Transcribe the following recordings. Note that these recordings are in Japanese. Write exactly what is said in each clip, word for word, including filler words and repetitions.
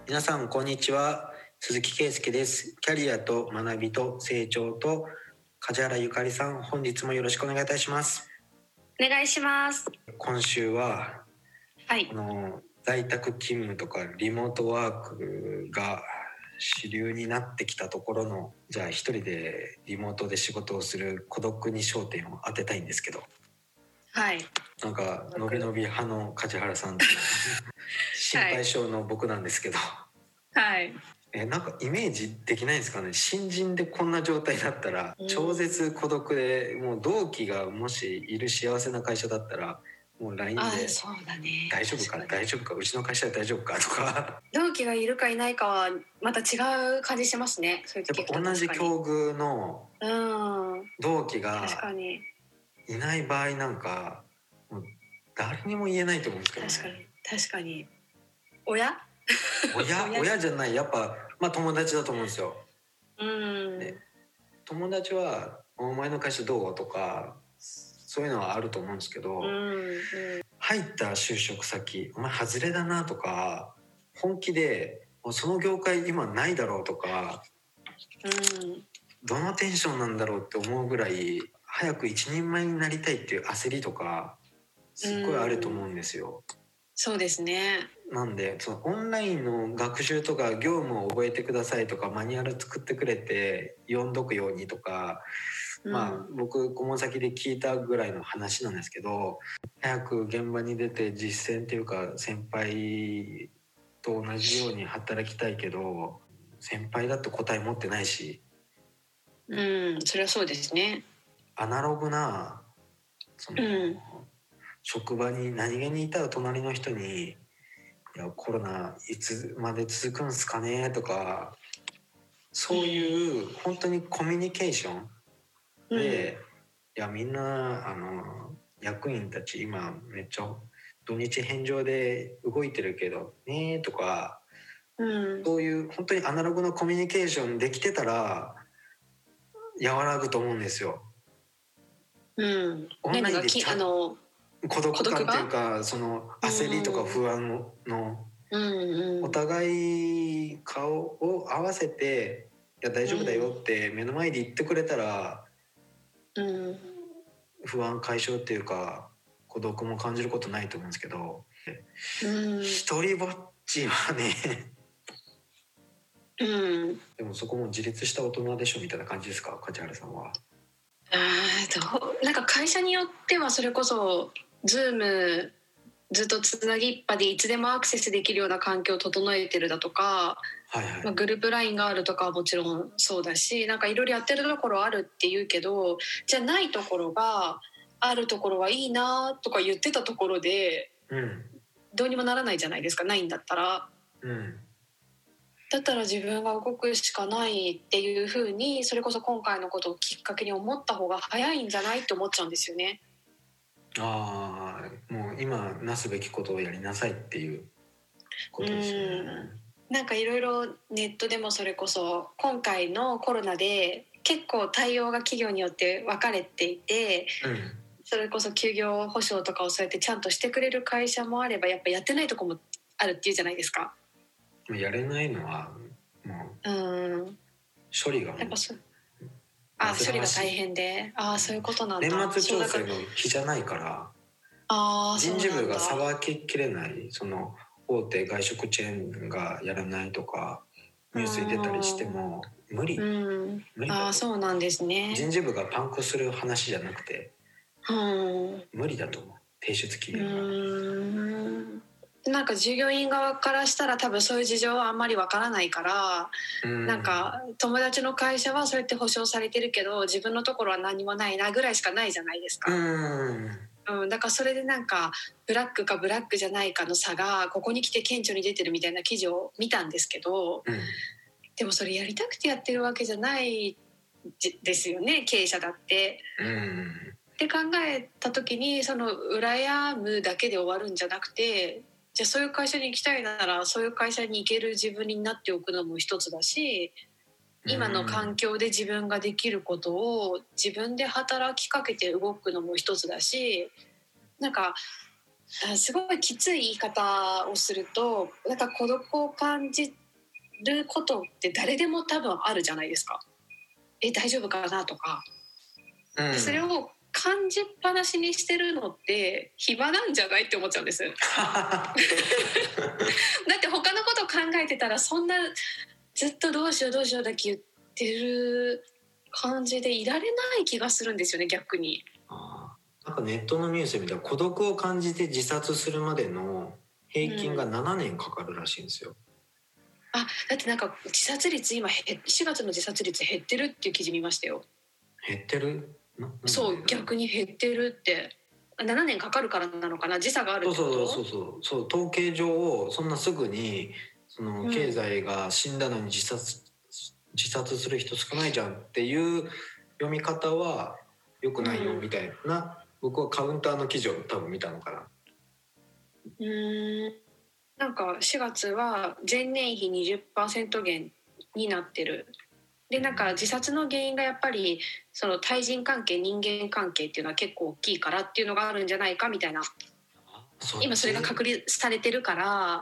皆さんこんにちは、鈴木圭介です。キャリアと学びと成長と梶原ゆかりさん、本日もよろしくお願いいたします。 お願いします。 今週は、 はい、 この在宅勤務とかリモートワークが主流になってきたところの、じゃあ一人でリモートで仕事をする孤独に焦点を当てたいんですけど、 はい、 なんかのびのび派の梶原さんと心配性の僕なんですけど、 はい、 えなんかイメージできないですかね。新人でこんな状態だったら、うん、超絶孤独で、もう同期がもしいる幸せな会社だったら、もう ライン でそうだね、 大丈夫か大丈夫かうちの会社は大丈夫かとか同期がいるかいないかはまた違う感じしますね。そういう時やっぱ同じ境遇の同期がいない場合なんか、もう誰にも言えないと思うんですけどね。 確かに確かに親親親じゃない、やっぱ、まあ、友達だと思うんですよ。 うんで友達はお前の会社どうとかそういうのはあると思うんですけど、うんうん、入った就職先お前外れだなとか、本気でその業界今ないだろうとか、うん、どのテンションなんだろうって思うぐらい早く一人前になりたいっていう焦りとかすっごいあると思うんですよ。うんそうですね。 なんでそのオンラインの学習とか業務を覚えてくださいとかマニュアル作ってくれて読んどくようにとか、うん、まあ僕顧問先で聞いたぐらいの話なんですけど、早く現場に出て実践っていうか先輩と同じように働きたいけど先輩だって答え持ってないし、 うんそれはそうですね。 アナログなその、うん職場に何気にいたら隣の人にいやコロナいつまで続くんすかねとか、そういう本当にコミュニケーションで、うん、いやみんなあの役員たち今めっちゃ土日返上で動いてるけどねとか、うん、そういう本当にアナログのコミュニケーションできてたら和らぐと思うんですよ。 うん、オンラインでちゃんと孤独感っていうかその焦りとか不安の、うんうん、お互い顔を合わせていや大丈夫だよって目の前で言ってくれたら、うん、不安解消っていうか孤独も感じることないと思うんですけど、うん、一人ぼっちはねうん、でもそこも自立した大人でしょみたいな感じですか、梶原さんは。 あどうなんか会社によってはそれこそZoomずっとつなぎっぱでいつでもアクセスできるような環境を整えてるだとか、はいはいまあ、グループ ライン があるとかはもちろんそうだし、なんかいろいろやってるところあるって言うけど、じゃないところがあるところはいいなとか言ってたところで、うん、どうにもならないじゃないですか、ないんだったら、うん、だったら自分が動くしかないっていうふうに、それこそ今回のことをきっかけに思った方が早いんじゃないって思っちゃうんですよね。 ああ、もう今なすべきことをやりなさいっていうことですね。 うんなんかいろいろネットでもそれこそ今回のコロナで結構対応が企業によって分かれていて、うん、それこそ休業保障とかをそうやってちゃんとしてくれる会社もあればやっぱやってないとこもあるっていうじゃないですか。 やれないのはもう、うん、処理がもうやっぱそあ処理が大変で、あそういうことなんだ。 年末調整の日じゃないからあ人事部がさばききれない、その大手外食チェーンがやらないとかニュースに出たりしても無理、うん、無理だと。あそうなんですね。人事部がパンクする話じゃなくて、うん、無理だと思う、提出期限が。うんなんか従業員側からしたら多分そういう事情はあんまりわからないから、うん、なんか友達の会社はそうやって保証されてるけど自分のところは何もないなぐらいしかないじゃないですか。うんうん、だからそれでなんかブラックかブラックじゃないかの差がここに来て顕著に出てるみたいな記事を見たんですけど、うん、でもそれやりたくてやってるわけじゃないですよね、経営者だって。うんって考えた時にその羨むだけで終わるんじゃなくて、じゃあそういう会社に行きたいならそういう会社に行ける自分になっておくのも一つだし、今の環境で自分ができることを自分で働きかけて動くのも一つだし、なんかすごいきつい言い方をすると、なんか孤独を感じることって誰でも多分あるじゃないですか。え、大丈夫かなとか、うん、それを感じっぱなしにしてるのって暇なんじゃないって思っちゃうんですだって他のことを考えてたら、そんなずっとどうしようどうしようだけ言ってる感じでいられない気がするんですよね、逆に。 あ、なんかネットのニュース見たら、孤独を感じて自殺するまでの平均がななねんかかるらしいんですよ、 うん、あ、だってなんか自殺率今しがつの自殺率減ってるっていう記事見ましたよ。 減ってる？ そう、逆に減ってるって。ななねんかかるからなのかな、時差があるってこと？ そうそうそうそう、統計上そんなすぐにその経済が死んだのに自殺、うん、自殺する人少ないじゃんっていう読み方は良くないよみたいな、うん、僕はカウンターの記事を多分見たのかな。 うーん、なんかしがつは前年比 にじゅっパーセント 減になってる。で、なんか自殺の原因がやっぱりその対人関係、人間関係っていうのは結構大きいからっていうのがあるんじゃないかみたいな。今それが確立されてるから、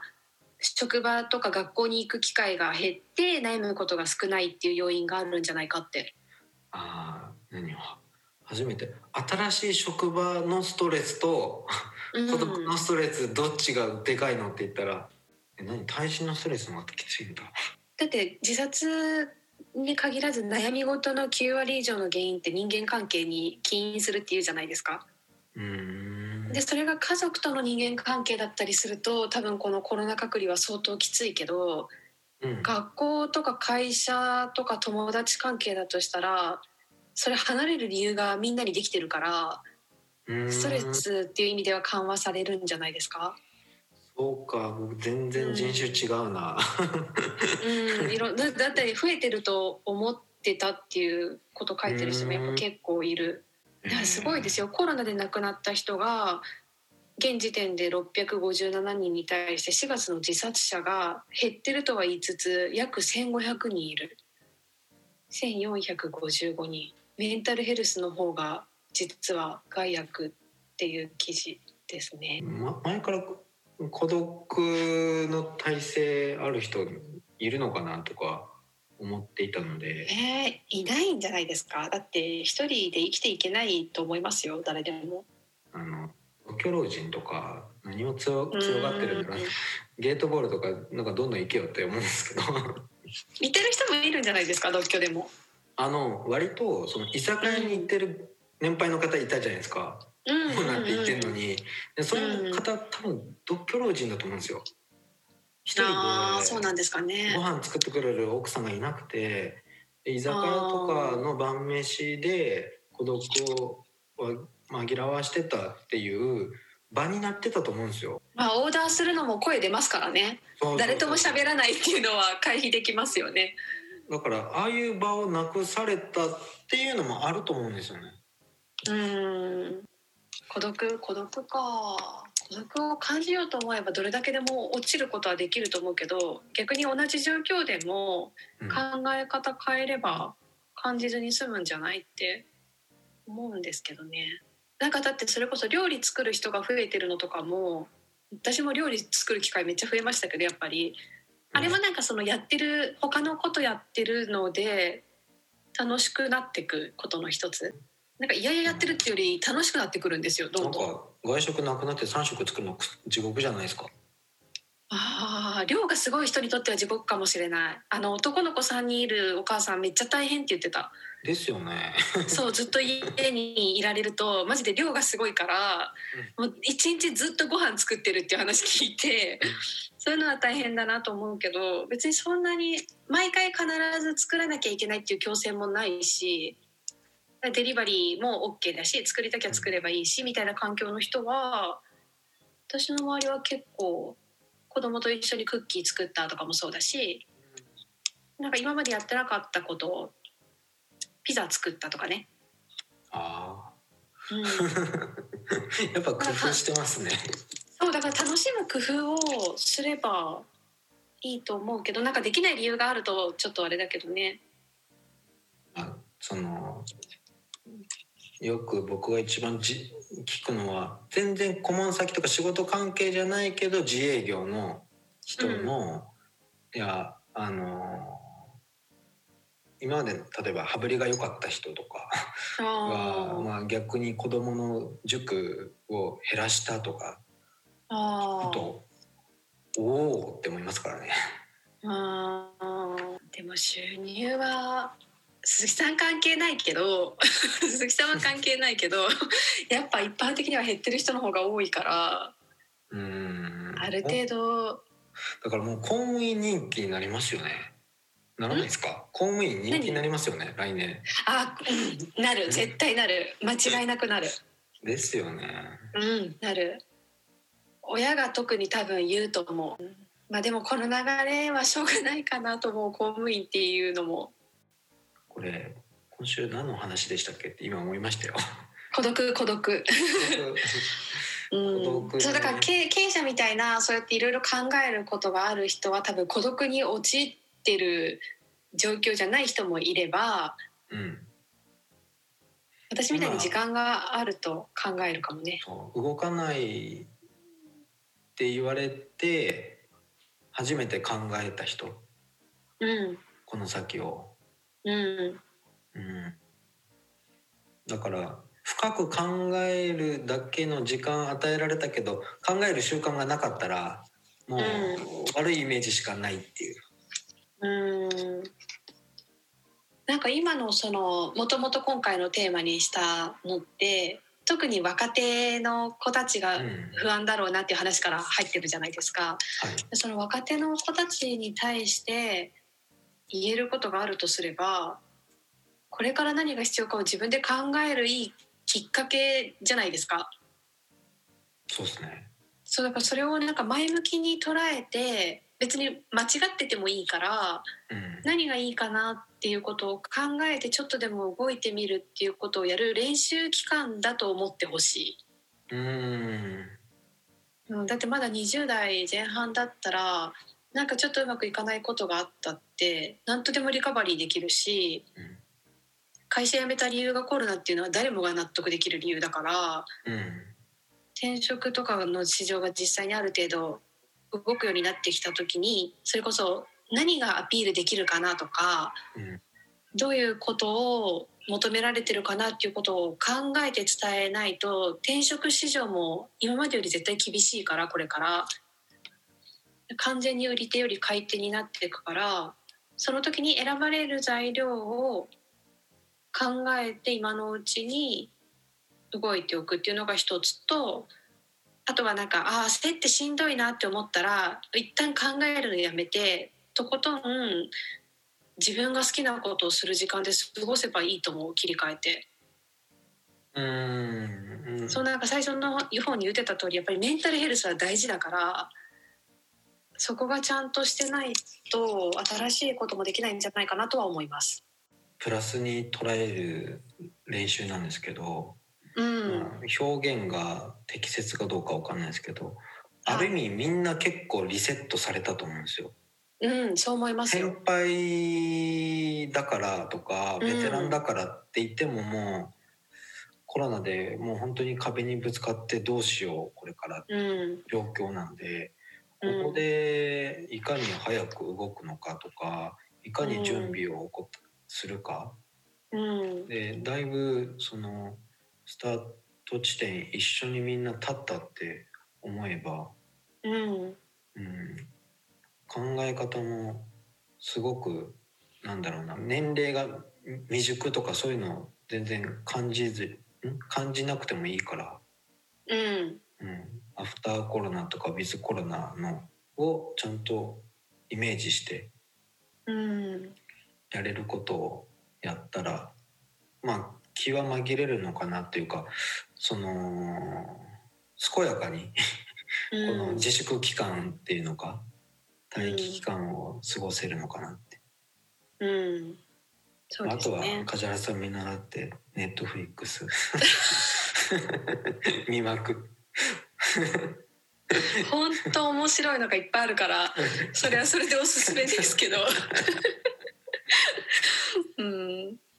職場とか学校に行く機会が減って悩むことが少ないっていう要因があるんじゃないかって。 ああ、何を初めて新しい職場のストレスと孤独のストレスどっちがでかいのって言ったら、え、何、対人のストレスの方がきついんだ。 だって自殺に限らず悩み事のきゅうわり以上の原因って人間関係に起因するっていうじゃないですか。うーん、でそれが家族との人間関係だったりすると、多分このコロナ隔離は相当きついけど、うん、学校とか会社とか友達関係だとしたら、それ離れる理由がみんなにできてるから、ストレスっていう意味では緩和されるんじゃないですか。 そうか、僕全然人種違うな。 うん、うん、いろだ, だって増えてると思ってたっていうこと書いてる人もやっぱ結構いる。いや、すごいですよ。コロナで亡くなった人が現時点でろっぴゃくごじゅうななにんに対してしがつの自殺者が減ってるとは言いつつ約せんごひゃくにんいる。せんよんひゃくごじゅうごにん。メンタルヘルスの方が実は害悪っていう記事ですね。 ま、前から孤独の体制ある人いるのかなとか思っていたので。 えー、いないんじゃないですか。だって一人で生きていけないと思いますよ、誰でも。 あの独居老人とか何を強強がってるんだろう。ゲートボールとかなんかどんどん行けよって思うんですけど行ってる人もいるんじゃないですか、独居でも。 あの割とその居酒屋に行ってる年配の方いたじゃないですか。こうなんて言ってんのに、でそういう方、多分独居老人だと思うんですよ。一人でそうなんですかね。 ご飯作ってくれる奥さんがいなくて、居酒屋とかの晩飯で孤独を紛らわしてたっていう場になってたと思うんですよ。 まあオーダーするのも声出ますからね。そうそうそう、誰とも喋らないっていうのは回避できますよね。 だからああいう場をなくされたっていうのもあると思うんですよね。 うーん、孤独孤独か。孤独を感じようと思えばどれだけでも落ちることはできると思うけど、逆に同じ状況でも考え方変えれば感じずに済むんじゃないって思うんですけどね。なんかだってそれこそ料理作る人が増えてるのとかも、私も料理作る機会めっちゃ増えましたけど、やっぱりあれはなんかそのやってる他のことやってるので楽しくなってくことの一つ。なんかいやいややってるっていうより楽しくなってくるんですよ、どんどん。 なんか外食なくなってさん食作るの地獄じゃないですか。 ああ、量がすごい人にとっては地獄かもしれない。あの男の子さんにんいるお母さんめっちゃ大変って言ってた。 ですよねそう、ずっと家にいられるとマジで量がすごいから、うん、もう一日ずっとご飯作ってるっていう話聞いて、うん、そういうのは大変だなと思うけど、別にそんなに毎回必ず作らなきゃいけないっていう強制もないし、デリバリーも OK だし、作りたきゃ作ればいいしみたいな環境の人は、私の周りは結構子供と一緒にクッキー作ったとかもそうだし、なんか今までやってなかったことをピザ作ったとかね。ああ、うん、 やっぱ工夫してますね。 そうだから楽しむ工夫をすればいいと思うけど、なんかできない理由があるとちょっとあれだけどね。 あ、そのよく僕が一番じ聞くのは全然顧問先とか仕事関係じゃないけど自営業の人の、うん、いやあの今まで例えば羽振りが良かった人とかが、まあ、逆に子どもの塾を減らしたとかあとおおって思いますからね。 あでも収入は鈴木さん関係ないけど鈴木さんは関係ないけどやっぱ一般的には減ってる人の方が多いからうーんある程度だからもう公務員人気になりますよね。ならないですか？公務員人気になりますよね来年。 あ、うん、なる絶対なる間違いなくなるですよね。 うんなる。親が特に多分言うと思う。まあでもこの流れはしょうがないかなと思う。公務員っていうのもこれ今週何の話でしたっけって今思いましたよ。 孤独孤独うん、孤独ね、そうだから経営者みたいなそうやっていろいろ考えることがある人は多分孤独に陥ってる状況じゃない人もいれば、うん、私みたいに時間があると考えるかもね。 そう動かないって言われて初めて考えた人、うん、この先を、うんうん、だから深く考えるだけの時間与えられたけど考える習慣がなかったらもう悪いイメージしかないっていう、 うん、なんか今のそのもともと今回のテーマにしたのって特に若手の子たちが不安だろうなっていう話から入ってるじゃないですか、うんはい、その若手の子たちに対して言えることがあるとすればこれから何が必要かを自分で考えるいいきっかけじゃないですか。 そうですね。 そうだからそれをなんか前向きに捉えて別に間違っててもいいから、うん、何がいいかなっていうことを考えてちょっとでも動いてみるっていうことをやる練習期間だと思ってほしい。うーんだってまだにじゅう代前半だったらなんかちょっとうまくいかないことがあったって何とでもリカバリーできるし、うん、会社辞めた理由がコロナっていうのは誰もが納得できる理由だから、うん、転職とかの市場が実際にある程度動くようになってきた時にそれこそ何がアピールできるかなとか、うん、どういうことを求められてるかなっていうことを考えて伝えないと転職市場も今までより絶対厳しいからこれから完全に売り手より買い手になっていくからその時に選ばれる材料を考えて今のうちに動いておくっていうのが一つとあとはなんかああ焦ってしんどいなって思ったら一旦考えるのやめてとことん自分が好きなことをする時間で過ごせばいいと思う。切り替えてうーんそうなんか最初の方に言ってた通りやっぱりメンタルヘルスは大事だからそこがちゃんとしてないと新しいこともできないんじゃないかなとは思います。 プラスに捉える練習なんですけど、うんまあ、表現が適切かどうかわかんないですけどある意味みんな結構リセットされたと思うんですよ。 うん、そう思いますよ。 先輩だからとかベテランだからって言ってももう、コロナでもう本当に壁にぶつかってどうしようこれからっていう状況なんで、うん、ここでいかに早く動くのかとかいかに準備をするか、うん、でだいぶそのスタート地点一緒にみんな立ったって思えば、うんうん考え方もすごくなんだろうな年齢が未熟とかそういうの全然感じずん感じなくてもいいから、うんうん、アフターコロナとかウィズコロナのをちゃんとイメージしてやれることをやったらまあ気は紛れるのかなっていうかその健やかにこの自粛期間っていうのか待機期間を過ごせるのかなって、うんそうですね、あとは梶原さん見習ってネットフリックス見まく本当面白いのがいっぱいあるからそれはそれでおすすめですけど、うん、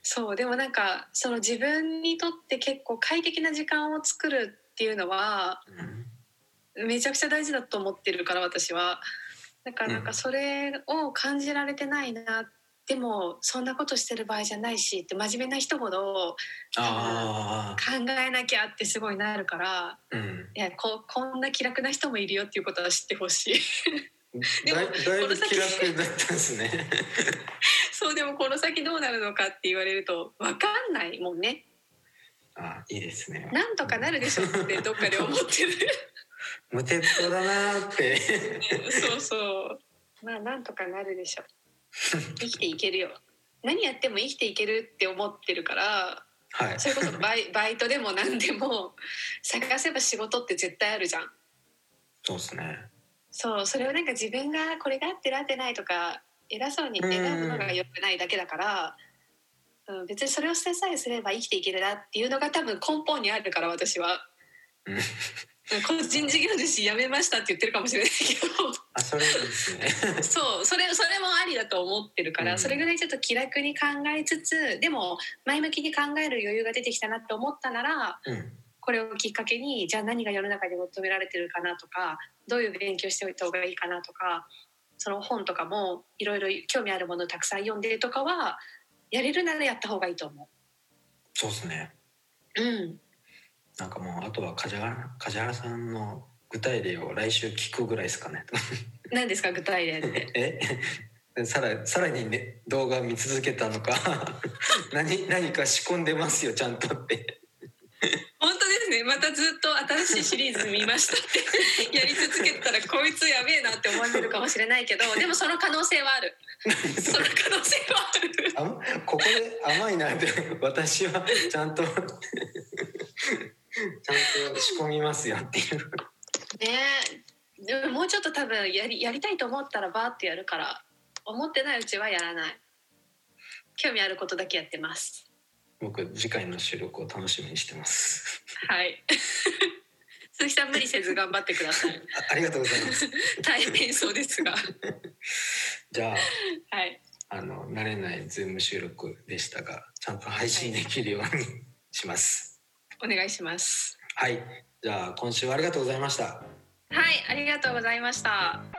そうでもなんかその自分にとって結構快適な時間を作るっていうのは、うん、めちゃくちゃ大事だと思ってるから私は。だからなんかそれを感じられてないな、うん、でもそんなことしてる場合じゃないしって真面目な人ほどあ考えなきゃってすごいなるから、うん、いや こ, こんな気楽な人もいるよっていうことは知ってほしいでもだいだいぶ気楽だったんですねそうでもこの先どうなるのかって言われると分かんないもんね。 あいいですね。 なんとかなるでしょってどっかで思ってる無鉄砲だなってそうそうまあなんとかなるでしょ生きていけるよ。何やっても生きていけるって思ってるから、はい、それこそバイ、バイトでも何でも探せば仕事って絶対あるじゃん。 そうですね。 そうそれをなんか自分がこれが合ってる合ってないとか偉そうに選ぶのが良くないだけだから、うん、別にそれを捨てさえすれば生きていけるなっていうのが多分根本にあるから私は個人事業主辞めましたって言ってるかもしれないけどあそれですねそうそれそれもありだと思ってるから、うん、それぐらいちょっと気楽に考えつつでも前向きに考える余裕が出てきたなって思ったなら、うん、これをきっかけにじゃあ何が世の中に求められてるかなとかどういう勉強しておいた方がいいかなとかその本とかもいろいろ興味あるものをたくさん読んでとかはやれるならやった方がいいと思う。 そうですね。 うんなんかもうあとは梶原、梶原さんの具体例を来週聞くぐらいですかね何ですか具体例ってえさら、さらに、ね、動画見続けたのか何, 何か仕込んでますよちゃんとって本当ですね。またずっと新しいシリーズ見ましたってやり続けたらこいつやべえなって思われるかもしれないけどでもその可能性はあるその可能性はあるあここで甘いなって私はちゃんとちゃんと仕込みますよっていうねえでももうちょっと多分やり、やりたいと思ったらバーってやるから思ってないうちはやらない。興味あることだけやってます。 僕次回の収録を楽しみにしてますはい鈴木さん無理せず頑張ってくださいあ, ありがとうございます大変そうですがじゃあ、はい、 あの慣れないズーム収録でしたがちゃんと配信できるようにします、 はい、お願いします。 はいじゃあ今週はありがとうございました。 はいありがとうございました。